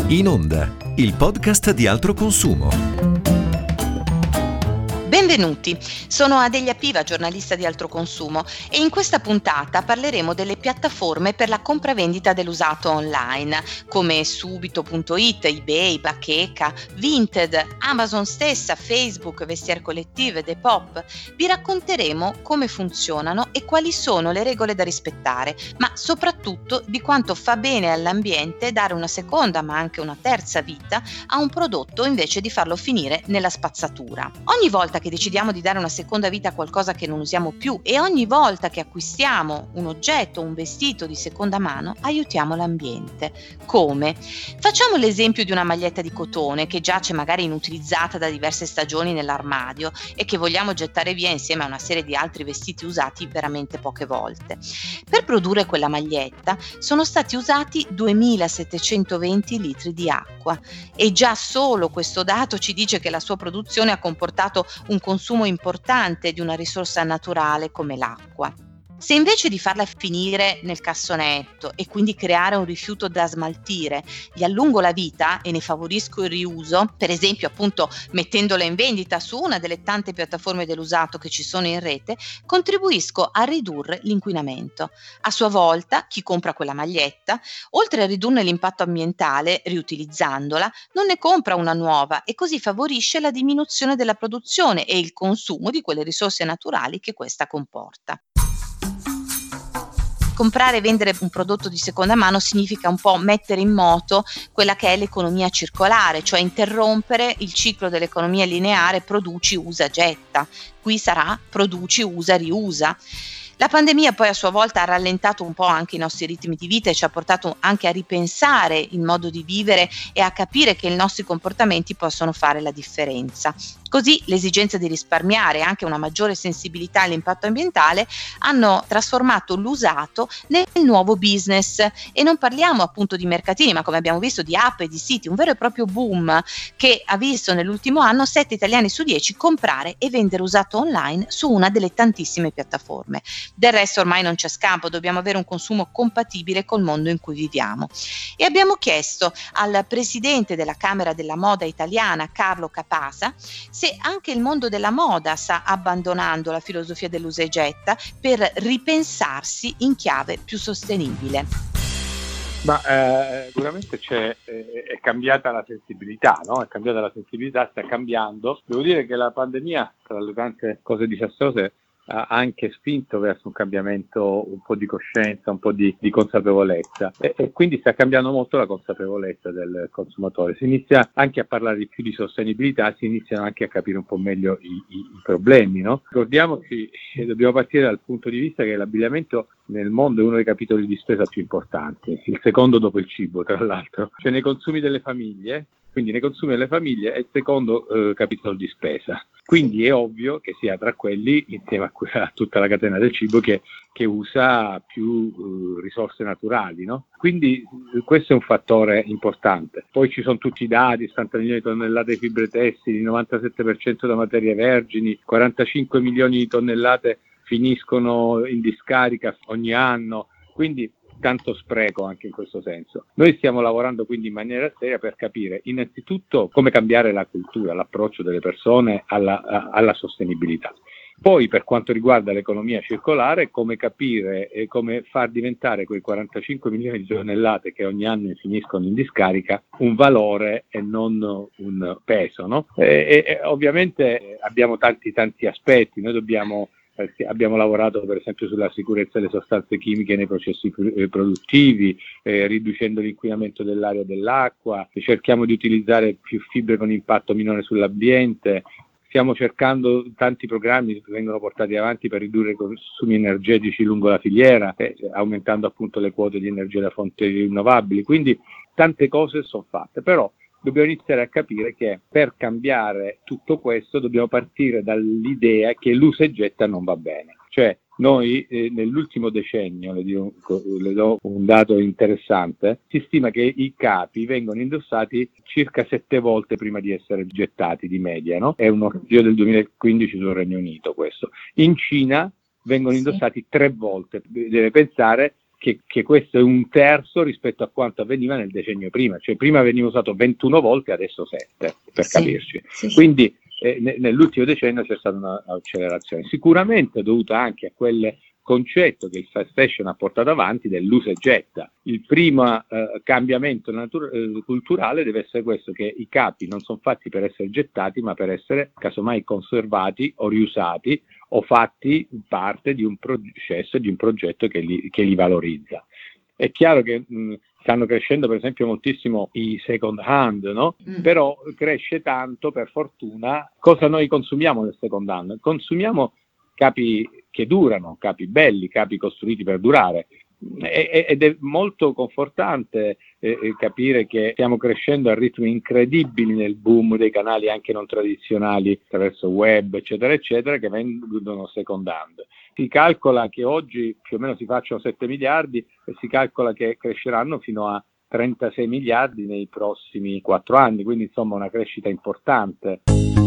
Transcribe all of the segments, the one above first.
In Onda, il podcast di Altro Consumo. Benvenuti, sono Adelia Piva, giornalista di Altro Consumo, e in questa puntata parleremo delle piattaforme per la compravendita dell'usato online, come Subito.it, eBay, Bacheca, Vinted, Amazon stessa, Facebook, Vestiaire Collective, Depop. Vi racconteremo come funzionano e quali sono le regole da rispettare, ma soprattutto di quanto fa bene all'ambiente dare una seconda ma anche una terza vita a un prodotto invece di farlo finire nella spazzatura. Ogni volta che decidiamo di dare una seconda vita a qualcosa che non usiamo più e ogni volta che acquistiamo un oggetto, un vestito di seconda mano, aiutiamo l'ambiente. Come? Facciamo l'esempio di una maglietta di cotone che giace magari inutilizzata da diverse stagioni nell'armadio e che vogliamo gettare via insieme a una serie di altri vestiti usati veramente poche volte. Per produrre quella maglietta sono stati usati 2720 litri di acqua e già solo questo dato ci dice che la sua produzione ha comportato un consumo importante di una risorsa naturale come l'acqua. Se invece di farla finire nel cassonetto e quindi creare un rifiuto da smaltire, gli allungo la vita e ne favorisco il riuso, per esempio appunto mettendola in vendita su una delle tante piattaforme dell'usato che ci sono in rete, contribuisco a ridurre l'inquinamento. A sua volta, chi compra quella maglietta, oltre a ridurne l'impatto ambientale riutilizzandola, non ne compra una nuova e così favorisce la diminuzione della produzione e il consumo di quelle risorse naturali che questa comporta. Comprare e vendere un prodotto di seconda mano significa un po' mettere in moto quella che è l'economia circolare, cioè interrompere il ciclo dell'economia lineare produci, usa, getta. Qui sarà produci, usa, riusa. La pandemia poi a sua volta ha rallentato un po' anche i nostri ritmi di vita e ci ha portato anche a ripensare il modo di vivere e a capire che i nostri comportamenti possono fare la differenza. Così l'esigenza di risparmiare e anche una maggiore sensibilità all'impatto ambientale hanno trasformato l'usato nel nuovo business e non parliamo appunto di mercatini, ma come abbiamo visto di app e di siti, un vero e proprio boom che ha visto nell'ultimo anno 7 italiani su 10 comprare e vendere usato online su una delle tantissime piattaforme. Del resto ormai non c'è scampo, dobbiamo avere un consumo compatibile col mondo in cui viviamo. E abbiamo chiesto al presidente della Camera della Moda Italiana, Carlo Capasa, se anche il mondo della moda sta abbandonando la filosofia dell'usa e getta per ripensarsi in chiave più sostenibile. Ma sicuramente è cambiata la sensibilità, no? È cambiata la sensibilità, sta cambiando. Devo dire che la pandemia, tra le tante cose disastrose, ha anche spinto verso un cambiamento un po' di coscienza, un po' di consapevolezza e quindi sta cambiando molto la consapevolezza del consumatore. Si inizia anche a parlare di più di sostenibilità, si iniziano anche a capire un po' meglio i problemi, no? Ricordiamoci, dobbiamo partire dal punto di vista che l'abbigliamento nel mondo è uno dei capitoli di spesa più importanti, il secondo dopo il cibo tra l'altro, cioè nei consumi delle famiglie. Quindi nei consumi delle famiglie è il secondo capitolo di spesa. Quindi è ovvio che sia tra quelli, insieme a tutta la catena del cibo, che usa più risorse naturali, no? Quindi questo è un fattore importante. Poi ci sono tutti i dati, 70 milioni di tonnellate di fibre tessili, 97% da materie vergini, 45 milioni di tonnellate finiscono in discarica ogni anno. Quindi tanto spreco anche in questo senso. Noi stiamo lavorando quindi in maniera seria per capire innanzitutto come cambiare la cultura, l'approccio delle persone alla sostenibilità. Poi per quanto riguarda l'economia circolare, come capire e come far diventare quei 45 milioni di tonnellate che ogni anno finiscono in discarica un valore e non un peso, no? E ovviamente abbiamo tanti aspetti, noi abbiamo lavorato per esempio sulla sicurezza delle sostanze chimiche nei processi produttivi, riducendo l'inquinamento dell'aria e dell'acqua, cerchiamo di utilizzare più fibre con impatto minore sull'ambiente, stiamo cercando tanti programmi che vengono portati avanti per ridurre i consumi energetici lungo la filiera, aumentando appunto le quote di energia da fonti rinnovabili, quindi tante cose sono fatte, però dobbiamo iniziare a capire che per cambiare tutto questo dobbiamo partire dall'idea che l'usa e getta non va bene. Cioè noi nell'ultimo decennio, le do un dato interessante, si stima che i capi vengono indossati circa 7 volte prima di essere gettati di media, no? È uno studio del 2015 sul Regno Unito questo. In Cina vengono indossati 3 volte, deve pensare che questo è un terzo rispetto a quanto avveniva nel decennio prima, cioè prima veniva usato 21 volte, adesso 7, per capirci. Sì. Quindi nell'ultimo decennio c'è stata un'accelerazione, sicuramente dovuta anche a quel concetto che il fast fashion ha portato avanti dell'usa e getta. Il primo cambiamento culturale deve essere questo, che i capi non sono fatti per essere gettati, ma per essere casomai conservati o riusati o fatti parte di un processo, di un progetto che li valorizza. È chiaro che stanno crescendo per esempio moltissimo i second hand, no? Però cresce tanto, per fortuna. Cosa noi consumiamo nel second hand? Consumiamo capi che durano, capi belli, capi costruiti per durare. Ed è molto confortante capire che stiamo crescendo a ritmi incredibili nel boom dei canali anche non tradizionali attraverso web, eccetera, eccetera, che vendono second hand. Si calcola che oggi più o meno si facciano 7 miliardi e si calcola che cresceranno fino a 36 miliardi nei prossimi 4 anni, quindi insomma una crescita importante.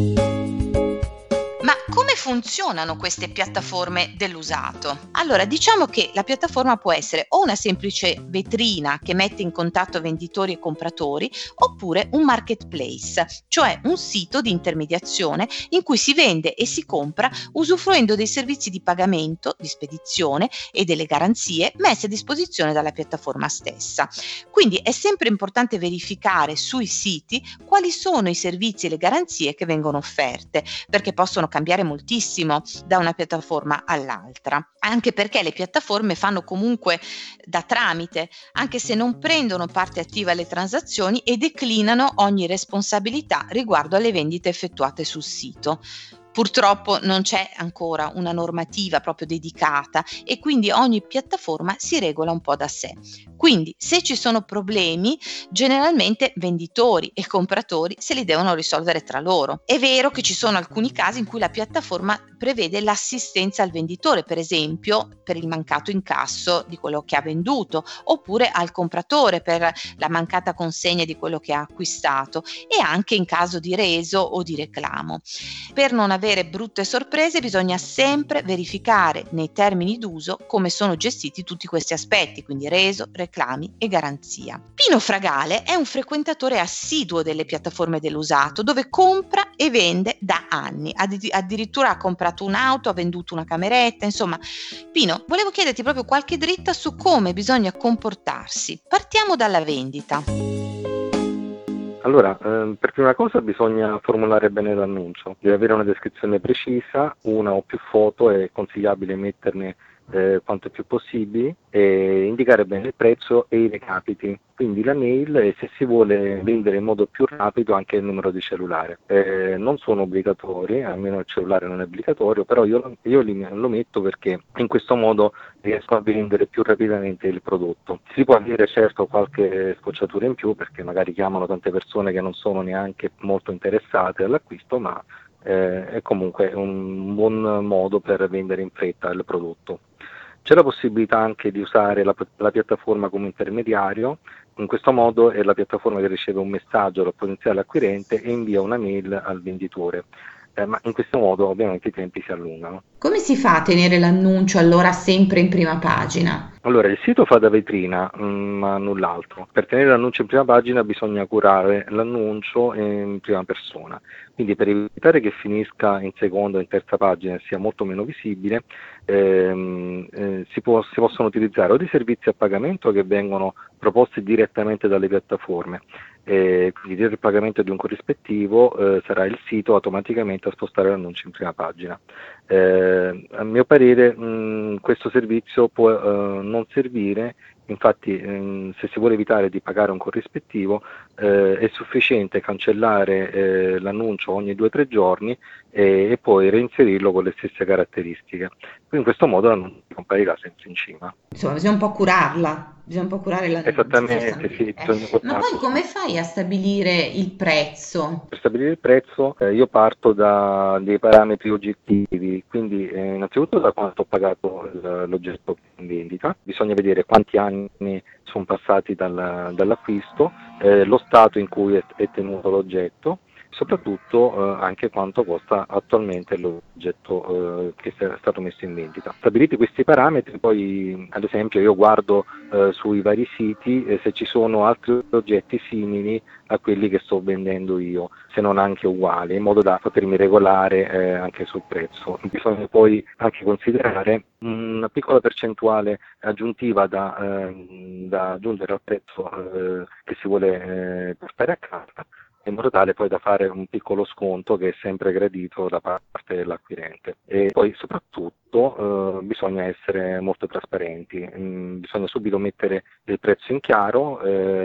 Ma come funzionano queste piattaforme dell'usato? Allora, diciamo che la piattaforma può essere o una semplice vetrina che mette in contatto venditori e compratori, oppure un marketplace, cioè un sito di intermediazione in cui si vende e si compra usufruendo dei servizi di pagamento, di spedizione e delle garanzie messe a disposizione dalla piattaforma stessa. Quindi è sempre importante verificare sui siti quali sono i servizi e le garanzie che vengono offerte, perché possono cambiare moltissimo da una piattaforma all'altra, anche perché le piattaforme fanno comunque da tramite, anche se non prendono parte attiva alle transazioni e declinano ogni responsabilità riguardo alle vendite effettuate sul sito. Purtroppo non c'è ancora una normativa proprio dedicata e quindi ogni piattaforma si regola un po' da sé. Quindi se ci sono problemi, generalmente venditori e compratori se li devono risolvere tra loro. È vero che ci sono alcuni casi in cui la piattaforma prevede l'assistenza al venditore, per esempio per il mancato incasso di quello che ha venduto, oppure al compratore per la mancata consegna di quello che ha acquistato, e anche in caso di reso o di reclamo. Per non avere brutte sorprese bisogna sempre verificare nei termini d'uso come sono gestiti tutti questi aspetti, quindi reso, reclami e garanzia. Pino Fragale è un frequentatore assiduo delle piattaforme dell'usato, dove compra e vende da anni, addirittura ha comprato un'auto, ha venduto una cameretta, insomma. Pino, volevo chiederti proprio qualche dritta su come bisogna comportarsi. Partiamo dalla vendita. Allora, per prima cosa bisogna formulare bene l'annuncio, deve avere una descrizione precisa, una o più foto, è consigliabile metterne quanto più possibili, e indicare bene il prezzo e i recapiti, quindi la mail e, se si vuole vendere in modo più rapido, anche il numero di cellulare. Non sono obbligatori, almeno il cellulare non è obbligatorio, però io lo metto perché in questo modo riesco a vendere più rapidamente il prodotto. Si può avere certo qualche scocciatura in più, perché magari chiamano tante persone che non sono neanche molto interessate all'acquisto, ma è comunque un buon modo per vendere in fretta il prodotto. C'è la possibilità anche di usare la piattaforma come intermediario. In questo modo è la piattaforma che riceve un messaggio dal potenziale acquirente e invia una mail al venditore. Ma in questo modo ovviamente i tempi si allungano. Come si fa a tenere l'annuncio allora sempre in prima pagina? Allora, il sito fa da vetrina, ma null'altro. Per tenere l'annuncio in prima pagina bisogna curare l'annuncio in prima persona. Quindi, per evitare che finisca in seconda o in terza pagina e sia molto meno visibile, si possono utilizzare o dei servizi a pagamento che vengono proposti direttamente dalle piattaforme. Quindi il pagamento di un corrispettivo sarà il sito automaticamente a spostare l'annuncio in prima pagina. A mio parere questo servizio può non servire, infatti se si vuole evitare di pagare un corrispettivo è sufficiente cancellare l'annuncio ogni 2 o 3 giorni e poi reinserirlo con le stesse caratteristiche. Quindi in questo modo l'annuncio comparirà sempre in cima. Insomma, bisogna un po' curarla. Bisogna un po' curare l'annuncio. Esattamente, sì. Ma poi come fai a stabilire il prezzo? Per stabilire il prezzo io parto da dei parametri oggettivi, quindi innanzitutto da quanto ho pagato l'oggetto in vendita, bisogna vedere quanti anni sono passati dall'acquisto, lo stato in cui è tenuto l'oggetto, soprattutto anche quanto costa attualmente l'oggetto che è stato messo in vendita. Stabiliti questi parametri, poi ad esempio io guardo sui vari siti se ci sono altri oggetti simili a quelli che sto vendendo io, se non anche uguali, in modo da potermi regolare anche sul prezzo. Bisogna poi anche considerare una piccola percentuale aggiuntiva da aggiungere al prezzo che si vuole portare a casa, in modo tale poi da fare un piccolo sconto che è sempre gradito da parte dell'acquirente. E poi soprattutto bisogna essere molto trasparenti, bisogna subito mettere il prezzo in chiaro,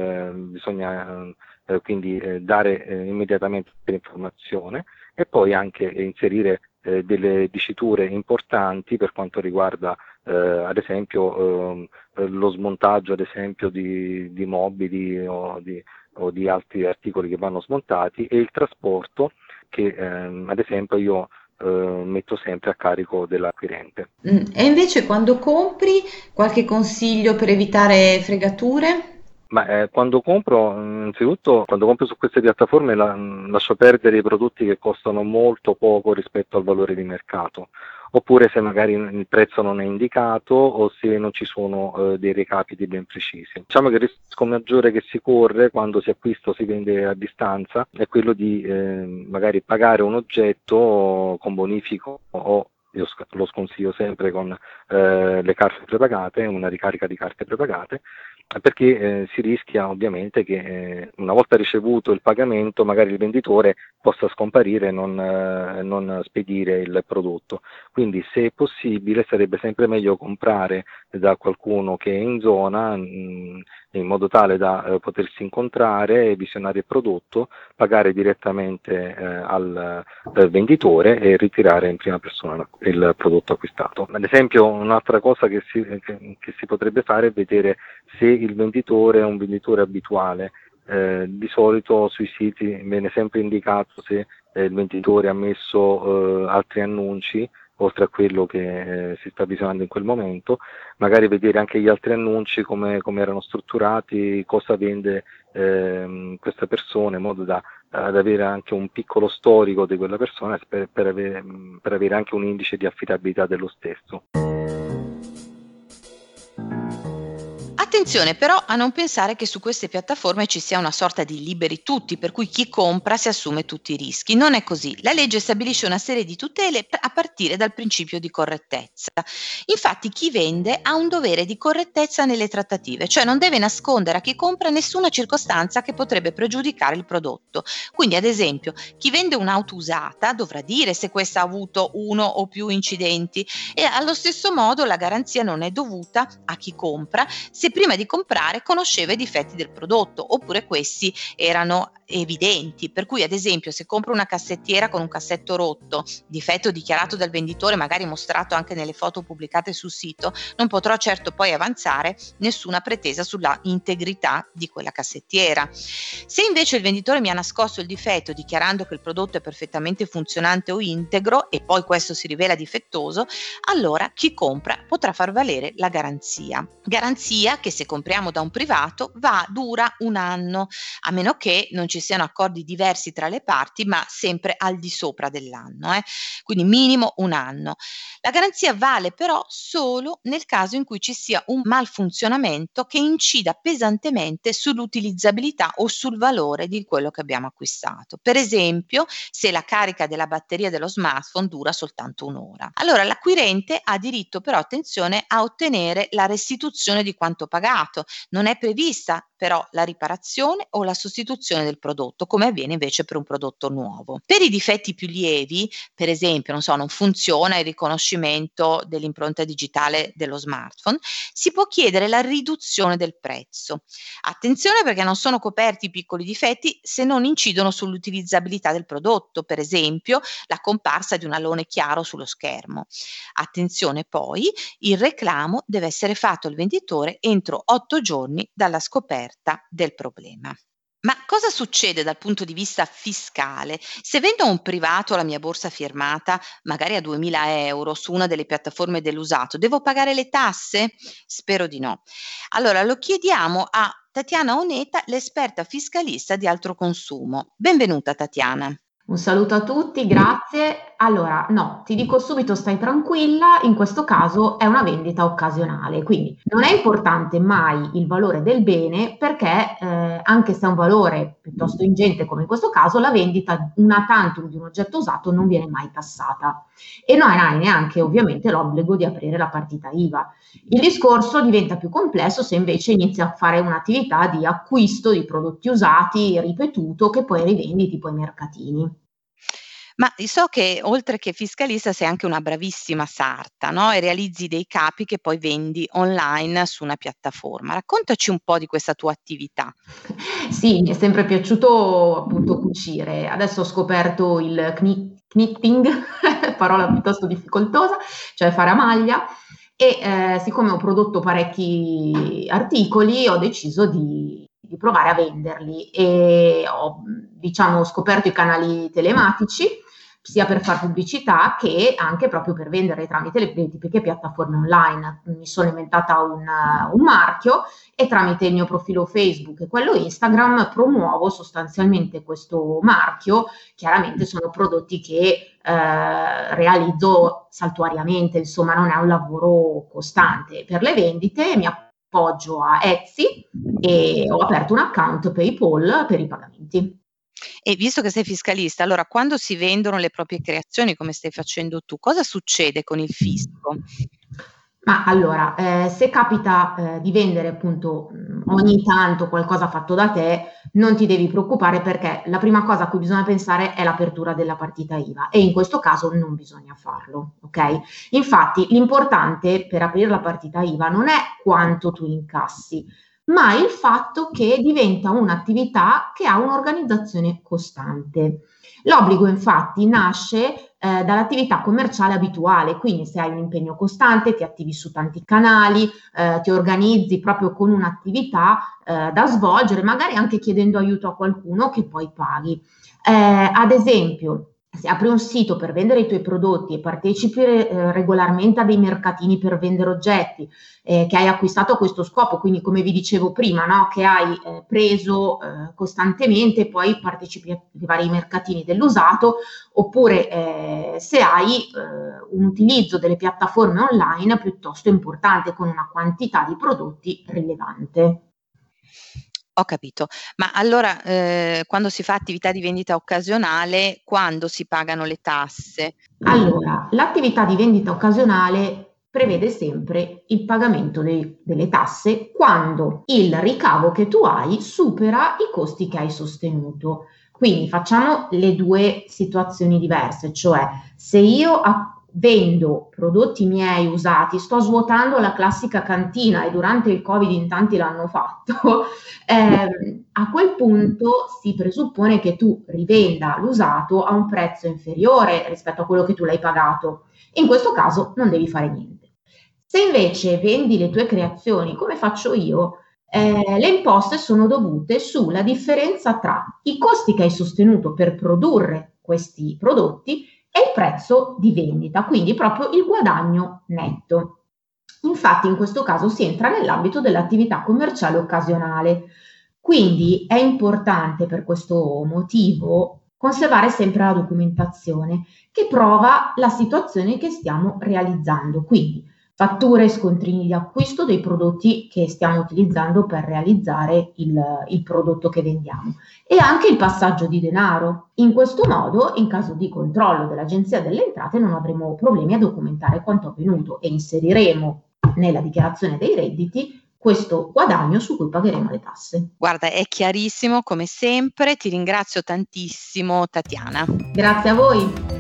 bisogna quindi dare immediatamente l'informazione e poi anche inserire delle diciture importanti per quanto riguarda ad esempio lo smontaggio ad esempio di mobili o di altri articoli che vanno smontati, e il trasporto che ad esempio io metto sempre a carico dell'acquirente. E invece quando compri, qualche consiglio per evitare fregature? Ma quando compro, innanzitutto, quando compro su queste piattaforme lascio perdere i prodotti che costano molto poco rispetto al valore di mercato, oppure se magari il prezzo non è indicato o se non ci sono dei recapiti ben precisi. Diciamo che il rischio maggiore che si corre quando si acquista o si vende a distanza è quello di magari pagare un oggetto con bonifico o io lo sconsiglio sempre con le carte prepagate, una ricarica di carte prepagate, perché si rischia ovviamente che una volta ricevuto il pagamento magari il venditore possa scomparire e non spedire il prodotto. Quindi se è possibile sarebbe sempre meglio comprare da qualcuno che è in zona in modo tale da potersi incontrare e visionare il prodotto, pagare direttamente al venditore e ritirare in prima persona il prodotto acquistato. Ad esempio un'altra cosa che si potrebbe fare è vedere se il venditore è un venditore abituale. Di solito sui siti viene sempre indicato se il venditore ha messo altri annunci oltre a quello che si sta visionando in quel momento, magari vedere anche gli altri annunci come erano strutturati, cosa vende questa persona, in modo da ad avere anche un piccolo storico di quella persona per avere anche un indice di affidabilità dello stesso. Attenzione però a non pensare che su queste piattaforme ci sia una sorta di liberi tutti, per cui chi compra si assume tutti i rischi. Non è così. La legge stabilisce una serie di tutele a partire dal principio di correttezza. Infatti chi vende ha un dovere di correttezza nelle trattative, cioè non deve nascondere a chi compra nessuna circostanza che potrebbe pregiudicare il prodotto. Quindi ad esempio chi vende un'auto usata dovrà dire se questa ha avuto uno o più incidenti, e allo stesso modo la garanzia non è dovuta a chi compra se prima di comprare conosceva i difetti del prodotto, oppure questi erano evidenti. Per cui ad esempio se compro una cassettiera con un cassetto rotto, difetto dichiarato dal venditore, magari mostrato anche nelle foto pubblicate sul sito, non potrò certo poi avanzare nessuna pretesa sulla integrità di quella cassettiera. Se invece il venditore mi ha nascosto il difetto dichiarando che il prodotto è perfettamente funzionante o integro e poi questo si rivela difettoso, allora chi compra potrà far valere la garanzia che se compriamo da un privato dura un anno, a meno che non ci siano accordi diversi tra le parti, ma sempre al di sopra dell'anno, quindi minimo un anno. La garanzia vale però solo nel caso in cui ci sia un malfunzionamento che incida pesantemente sull'utilizzabilità o sul valore di quello che abbiamo acquistato. Per esempio, se la carica della batteria dello smartphone dura soltanto un'ora. Allora l'acquirente ha diritto però, attenzione, a ottenere la restituzione di quanto pagato. Non è prevista però la riparazione o la sostituzione del prodotto, come avviene invece per un prodotto nuovo. Per i difetti più lievi, per esempio, non funziona il riconoscimento dell'impronta digitale dello smartphone, si può chiedere la riduzione del prezzo. Attenzione, perché non sono coperti i piccoli difetti se non incidono sull'utilizzabilità del prodotto, per esempio la comparsa di un alone chiaro sullo schermo. Attenzione poi, il reclamo deve essere fatto al venditore entro 8 giorni dalla scoperta del problema. Ma cosa succede dal punto di vista fiscale? Se vendo a un privato la mia borsa firmata, magari a 2000 euro su una delle piattaforme dell'usato, devo pagare le tasse? Spero di no. Allora lo chiediamo a Tatiana Oneta, l'esperta fiscalista di Altro Consumo. Benvenuta Tatiana. Un saluto a tutti, grazie. Allora, no, ti dico subito, stai tranquilla, in questo caso è una vendita occasionale, quindi non è importante mai il valore del bene perché anche se è un valore piuttosto ingente come in questo caso, la vendita una tantum di un oggetto usato non viene mai tassata e non hai neanche ovviamente l'obbligo di aprire la partita IVA. Il discorso diventa più complesso se invece inizi a fare un'attività di acquisto di prodotti usati ripetuto che poi rivendi tipo ai mercatini. Ma so che oltre che fiscalista sei anche una bravissima sarta, no? E realizzi dei capi che poi vendi online su una piattaforma. Raccontaci un po' di questa tua attività. Sì, mi è sempre piaciuto appunto cucire. Adesso ho scoperto il knitting, parola piuttosto difficoltosa, cioè fare a maglia. E siccome ho prodotto parecchi articoli, ho deciso di provare a venderli e ho, scoperto i canali telematici, sia per fare pubblicità che anche proprio per vendere tramite le tipiche piattaforme online. Mi sono inventata un marchio e tramite il mio profilo Facebook e quello Instagram promuovo sostanzialmente questo marchio. Chiaramente sono prodotti che realizzo saltuariamente, insomma non è un lavoro costante. Per le vendite mi appoggio a Etsy e ho aperto un account PayPal per i pagamenti. E visto che sei fiscalista, allora quando si vendono le proprie creazioni come stai facendo tu, cosa succede con il fisco? Ma allora, se capita di vendere appunto ogni tanto qualcosa fatto da te, non ti devi preoccupare perché la prima cosa a cui bisogna pensare è l'apertura della partita IVA e in questo caso non bisogna farlo, ok? Infatti l'importante per aprire la partita IVA non è quanto tu incassi, ma il fatto che diventa un'attività che ha un'organizzazione costante. L'obbligo infatti nasce dall'attività commerciale abituale, quindi se hai un impegno costante, ti attivi su tanti canali, ti organizzi proprio con un'attività da svolgere, magari anche chiedendo aiuto a qualcuno che poi paghi. Ad esempio, se apri un sito per vendere i tuoi prodotti e partecipi regolarmente a dei mercatini per vendere oggetti che hai acquistato a questo scopo, quindi come vi dicevo prima, no? Che hai preso costantemente e poi partecipi ai vari mercatini dell'usato, oppure se hai un utilizzo delle piattaforme online piuttosto importante con una quantità di prodotti rilevante. Ho capito, ma allora quando si fa attività di vendita occasionale, quando si pagano le tasse? Allora, l'attività di vendita occasionale prevede sempre il pagamento delle tasse quando il ricavo che tu hai supera i costi che hai sostenuto. Quindi facciamo le due situazioni diverse, cioè se io vendo prodotti miei usati, sto svuotando la classica cantina e durante il Covid in tanti l'hanno fatto, a quel punto si presuppone che tu rivenda l'usato a un prezzo inferiore rispetto a quello che tu l'hai pagato. In questo caso non devi fare niente. Se invece vendi le tue creazioni come faccio io, le imposte sono dovute sulla differenza tra i costi che hai sostenuto per produrre questi prodotti e il prezzo di vendita, quindi proprio il guadagno netto. Infatti in questo caso si entra nell'ambito dell'attività commerciale occasionale, quindi è importante per questo motivo conservare sempre la documentazione che prova la situazione che stiamo realizzando, quindi fatture e scontrini di acquisto dei prodotti che stiamo utilizzando per realizzare il prodotto che vendiamo e anche il passaggio di denaro. In questo modo, in caso di controllo dell'Agenzia delle Entrate, non avremo problemi a documentare quanto avvenuto e inseriremo nella dichiarazione dei redditi questo guadagno su cui pagheremo le tasse. Guarda, è chiarissimo come sempre, ti ringrazio tantissimo Tatiana. Grazie a voi.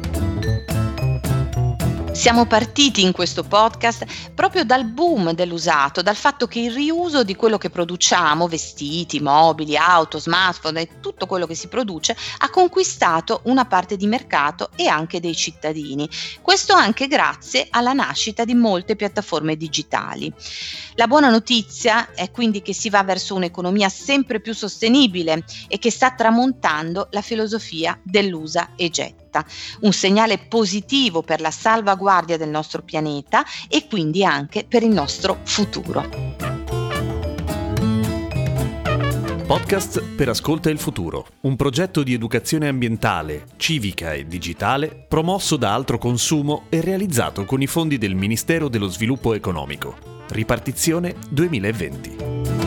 Siamo partiti in questo podcast proprio dal boom dell'usato, dal fatto che il riuso di quello che produciamo, vestiti, mobili, auto, smartphone e tutto quello che si produce, ha conquistato una parte di mercato e anche dei cittadini. Questo anche grazie alla nascita di molte piattaforme digitali. La buona notizia è quindi che si va verso un'economia sempre più sostenibile e che sta tramontando la filosofia dell'usa e getta. Un segnale positivo per la salvaguardia del nostro pianeta e quindi anche per il nostro futuro. Podcast per Ascolta il Futuro, un progetto di educazione ambientale, civica e digitale promosso da Altro Consumo e realizzato con i fondi del Ministero dello Sviluppo Economico. Ripartizione 2020.